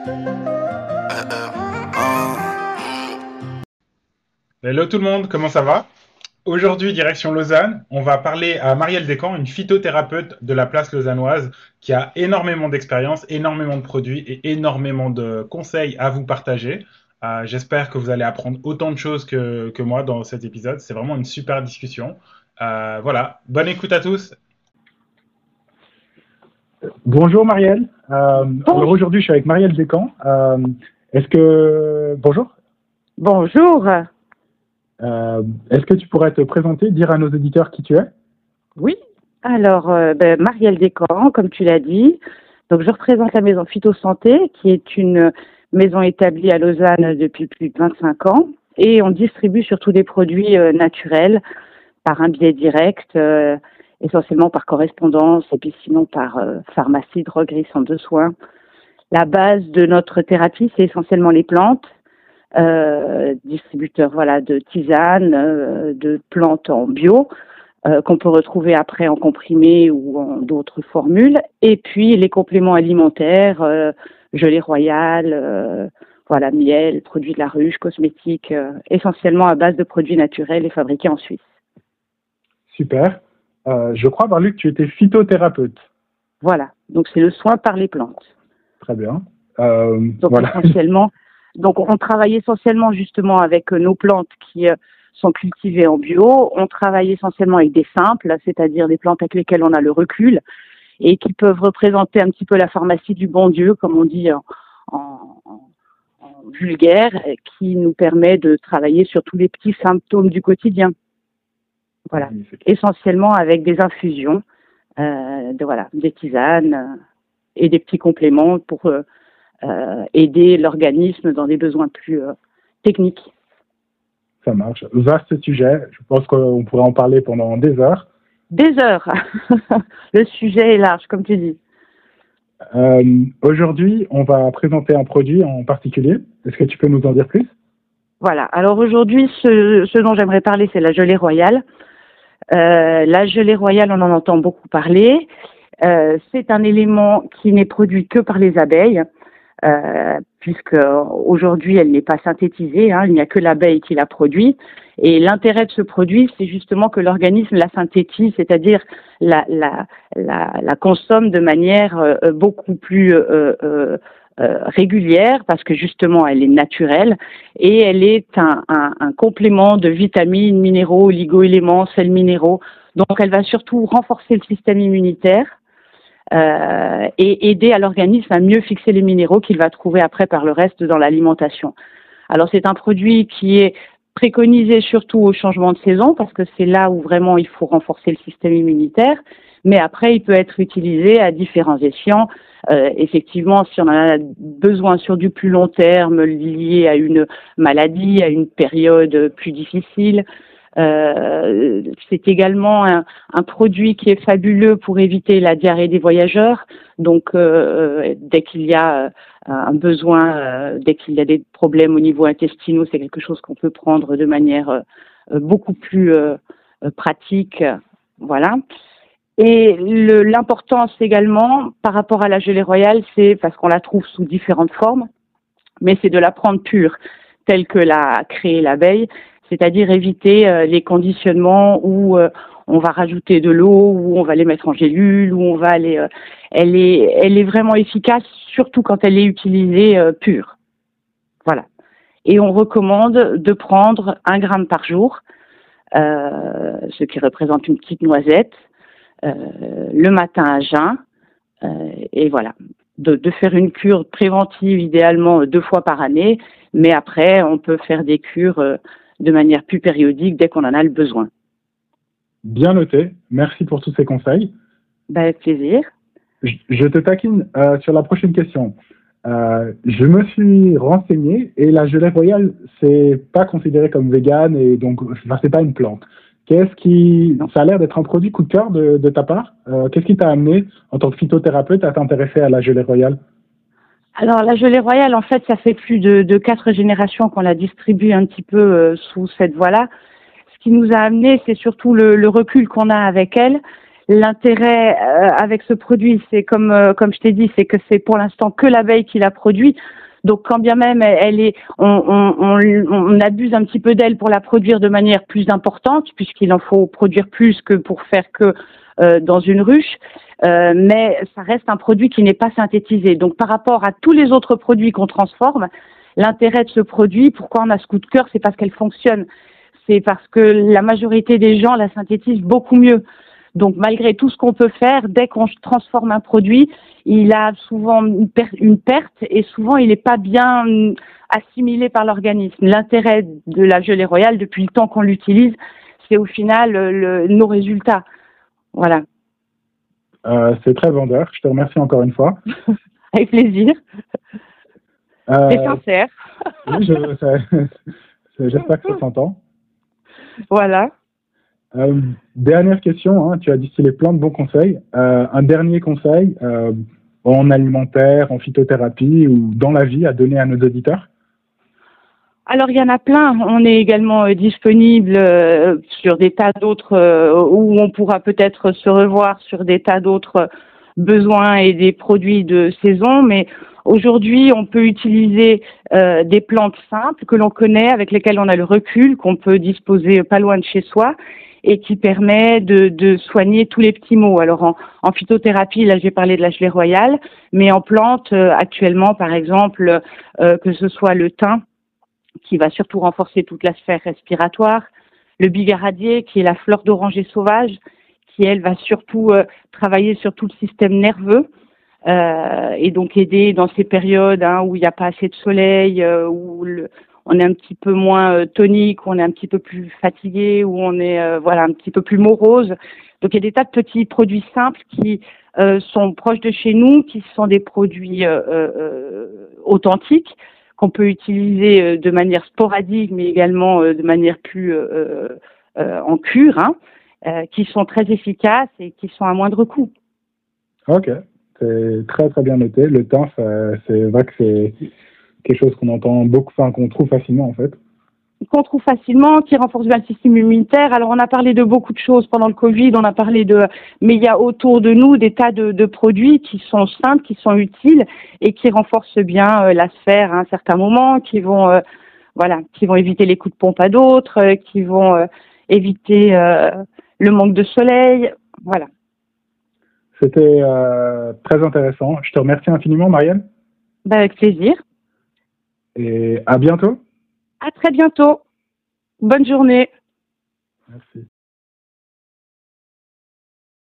Hello tout le monde, comment ça va? Aujourd'hui, direction Lausanne, on va parler à Marielle Descamps, une phytothérapeute de la place lausannoise qui a énormément d'expérience, énormément de produits et énormément de conseils à vous partager. J'espère que vous allez apprendre autant de choses que moi dans cet épisode. C'est vraiment une super discussion. Voilà, bonne écoute à tous. Bonjour Marielle. Alors aujourd'hui, je suis avec Marielle Descamps. Bonjour. Bonjour. Est-ce que tu pourrais te présenter, dire à nos éditeurs qui tu es? Oui. Alors, Marielle Descamps, comme tu l'as dit. Donc, je représente la maison Phytosanté, qui est une maison établie à Lausanne depuis plus de 25 ans. Et on distribue surtout des produits naturels par un biais direct, essentiellement par correspondance, et puis sinon par pharmacie, droguerie, centre de soins. La base de notre thérapie, c'est essentiellement les plantes. Distributeur de tisanes, de plantes en bio qu'on peut retrouver après en comprimé ou en d'autres formules, et puis les compléments alimentaires, gelée royale, miel, produits de la ruche, cosmétiques, essentiellement à base de produits naturels et fabriqués en Suisse. Super. Je crois avoir lu que tu étais phytothérapeute. Voilà, donc c'est le soin par les plantes. Très bien. Essentiellement. Donc, on travaille essentiellement justement avec nos plantes qui sont cultivées en bio. On travaille essentiellement avec des simples, c'est-à-dire des plantes avec lesquelles on a le recul et qui peuvent représenter un petit peu la pharmacie du bon Dieu, comme on dit en vulgaire, qui nous permet de travailler sur tous les petits symptômes du quotidien. Voilà, essentiellement avec des infusions, des tisanes et des petits compléments pour aider l'organisme dans des besoins plus techniques. Ça marche. Vaste sujet. Je pense qu'on pourrait en parler pendant des heures. Des heures. Le sujet est large, comme tu dis. Aujourd'hui, on va présenter un produit en particulier. Est-ce que tu peux nous en dire plus? Voilà. Alors aujourd'hui, ce dont j'aimerais parler, c'est la gelée royale. La gelée royale, on en entend beaucoup parler. C'est un élément qui n'est produit que par les abeilles. Puisque aujourd'hui elle n'est pas synthétisée, il n'y a que l'abeille qui la produit. Et l'intérêt de ce produit, c'est justement que l'organisme la synthétise, c'est-à-dire la consomme de manière beaucoup plus régulière, parce que justement elle est naturelle et elle est un complément de vitamines, minéraux, oligo-éléments, sels minéraux. Donc elle va surtout renforcer le système immunitaire. Et aider à l'organisme à mieux fixer les minéraux qu'il va trouver après par le reste dans l'alimentation. Alors c'est un produit qui est préconisé surtout au changement de saison parce que c'est là où vraiment il faut renforcer le système immunitaire, mais après il peut être utilisé à différents escients. Effectivement, si on en a besoin sur du plus long terme lié à une maladie, à une période plus difficile. C'est également un produit qui est fabuleux pour éviter la diarrhée des voyageurs. Donc, dès qu'il y a un besoin, dès qu'il y a des problèmes au niveau intestinaux, c'est quelque chose qu'on peut prendre de manière beaucoup plus pratique. Voilà. Et l'importance également par rapport à la gelée royale, c'est parce qu'on la trouve sous différentes formes, mais c'est de la prendre pure, telle que l'a créée l'abeille. C'est-à-dire éviter les conditionnements où on va rajouter de l'eau, où on va les mettre en gélule, où on va aller. Elle est vraiment efficace, surtout quand elle est utilisée pure. Voilà. Et on recommande de prendre 1 gramme par jour, ce qui représente une petite noisette, le matin à jeun, et voilà. De faire une cure préventive, idéalement 2 fois par année, mais après, on peut faire des cures de manière plus périodique dès qu'on en a le besoin. Bien noté. Merci pour tous ces conseils. Avec plaisir. Je te taquine sur la prochaine question. Je me suis renseigné et la gelée royale, c'est pas considéré comme vegan et donc c'est pas une plante. Ça a l'air d'être un produit coup de cœur de ta part. Qu'est-ce qui t'a amené en tant que phytothérapeute à t'intéresser à la gelée royale? Alors la gelée royale, en fait, ça fait plus de 4 générations qu'on la distribue un petit peu sous cette voie-là. Ce qui nous a amené, c'est surtout le recul qu'on a avec elle. L'intérêt avec ce produit, c'est comme je t'ai dit, c'est que c'est pour l'instant que l'abeille qui l'a produit. Donc quand bien même on abuse un petit peu d'elle pour la produire de manière plus importante, puisqu'il en faut produire plus que pour faire que dans une ruche, mais ça reste un produit qui n'est pas synthétisé. Donc par rapport à tous les autres produits qu'on transforme, l'intérêt de ce produit, pourquoi on a ce coup de cœur, c'est parce qu'elle fonctionne. C'est parce que la majorité des gens la synthétisent beaucoup mieux. Donc malgré tout ce qu'on peut faire, dès qu'on transforme un produit, il a souvent une perte et souvent il n'est pas bien assimilé par l'organisme. L'intérêt de la gelée royale, depuis le temps qu'on l'utilise, c'est au final nos résultats. Voilà. C'est très vendeur. Je te remercie encore une fois. Avec plaisir. C'est sincère. Oui, j'espère que ça s'entend. Voilà. Dernière question, hein, tu as distillé plein de bons conseils. Un dernier conseil en alimentaire, en phytothérapie ou dans la vie à donner à nos auditeurs? Alors il y en a plein. On est également disponible sur des tas d'autres où on pourra peut-être se revoir sur des tas d'autres besoins et des produits de saison. Mais aujourd'hui, on peut utiliser des plantes simples que l'on connaît, avec lesquelles on a le recul, qu'on peut disposer pas loin de chez soi et qui permet de soigner tous les petits maux. Alors en phytothérapie, là j'ai parlé de la gelée royale, mais en plantes actuellement, par exemple, que ce soit le thym, qui va surtout renforcer toute la sphère respiratoire, le bigaradier, qui est la fleur d'oranger sauvage, qui elle va surtout travailler sur tout le système nerveux et donc aider dans ces périodes où il n'y a pas assez de soleil, où on est un petit peu moins tonique, où on est un petit peu plus fatigué, où on est un petit peu plus morose. Donc il y a des tas de petits produits simples qui sont proches de chez nous, qui sont des produits authentiques, qu'on peut utiliser de manière sporadique, mais également de manière plus en cure, qui sont très efficaces et qui sont à moindre coût. Ok, c'est très très bien noté. Le thym, c'est vrai que c'est quelque chose qu'on entend beaucoup, enfin qu'on trouve facilement en fait. Qu'on trouve facilement, qui renforce bien le système immunitaire. Alors on a parlé de beaucoup de choses pendant le Covid, on a parlé mais il y a autour de nous des tas de produits qui sont simples, qui sont utiles et qui renforcent bien la sphère à un certain moment, qui vont éviter les coups de pompe à d'autres, qui vont éviter le manque de soleil. Voilà. C'était très intéressant. Je te remercie infiniment, Marielle. Avec plaisir. Et à bientôt. À très bientôt. Bonne journée. Merci.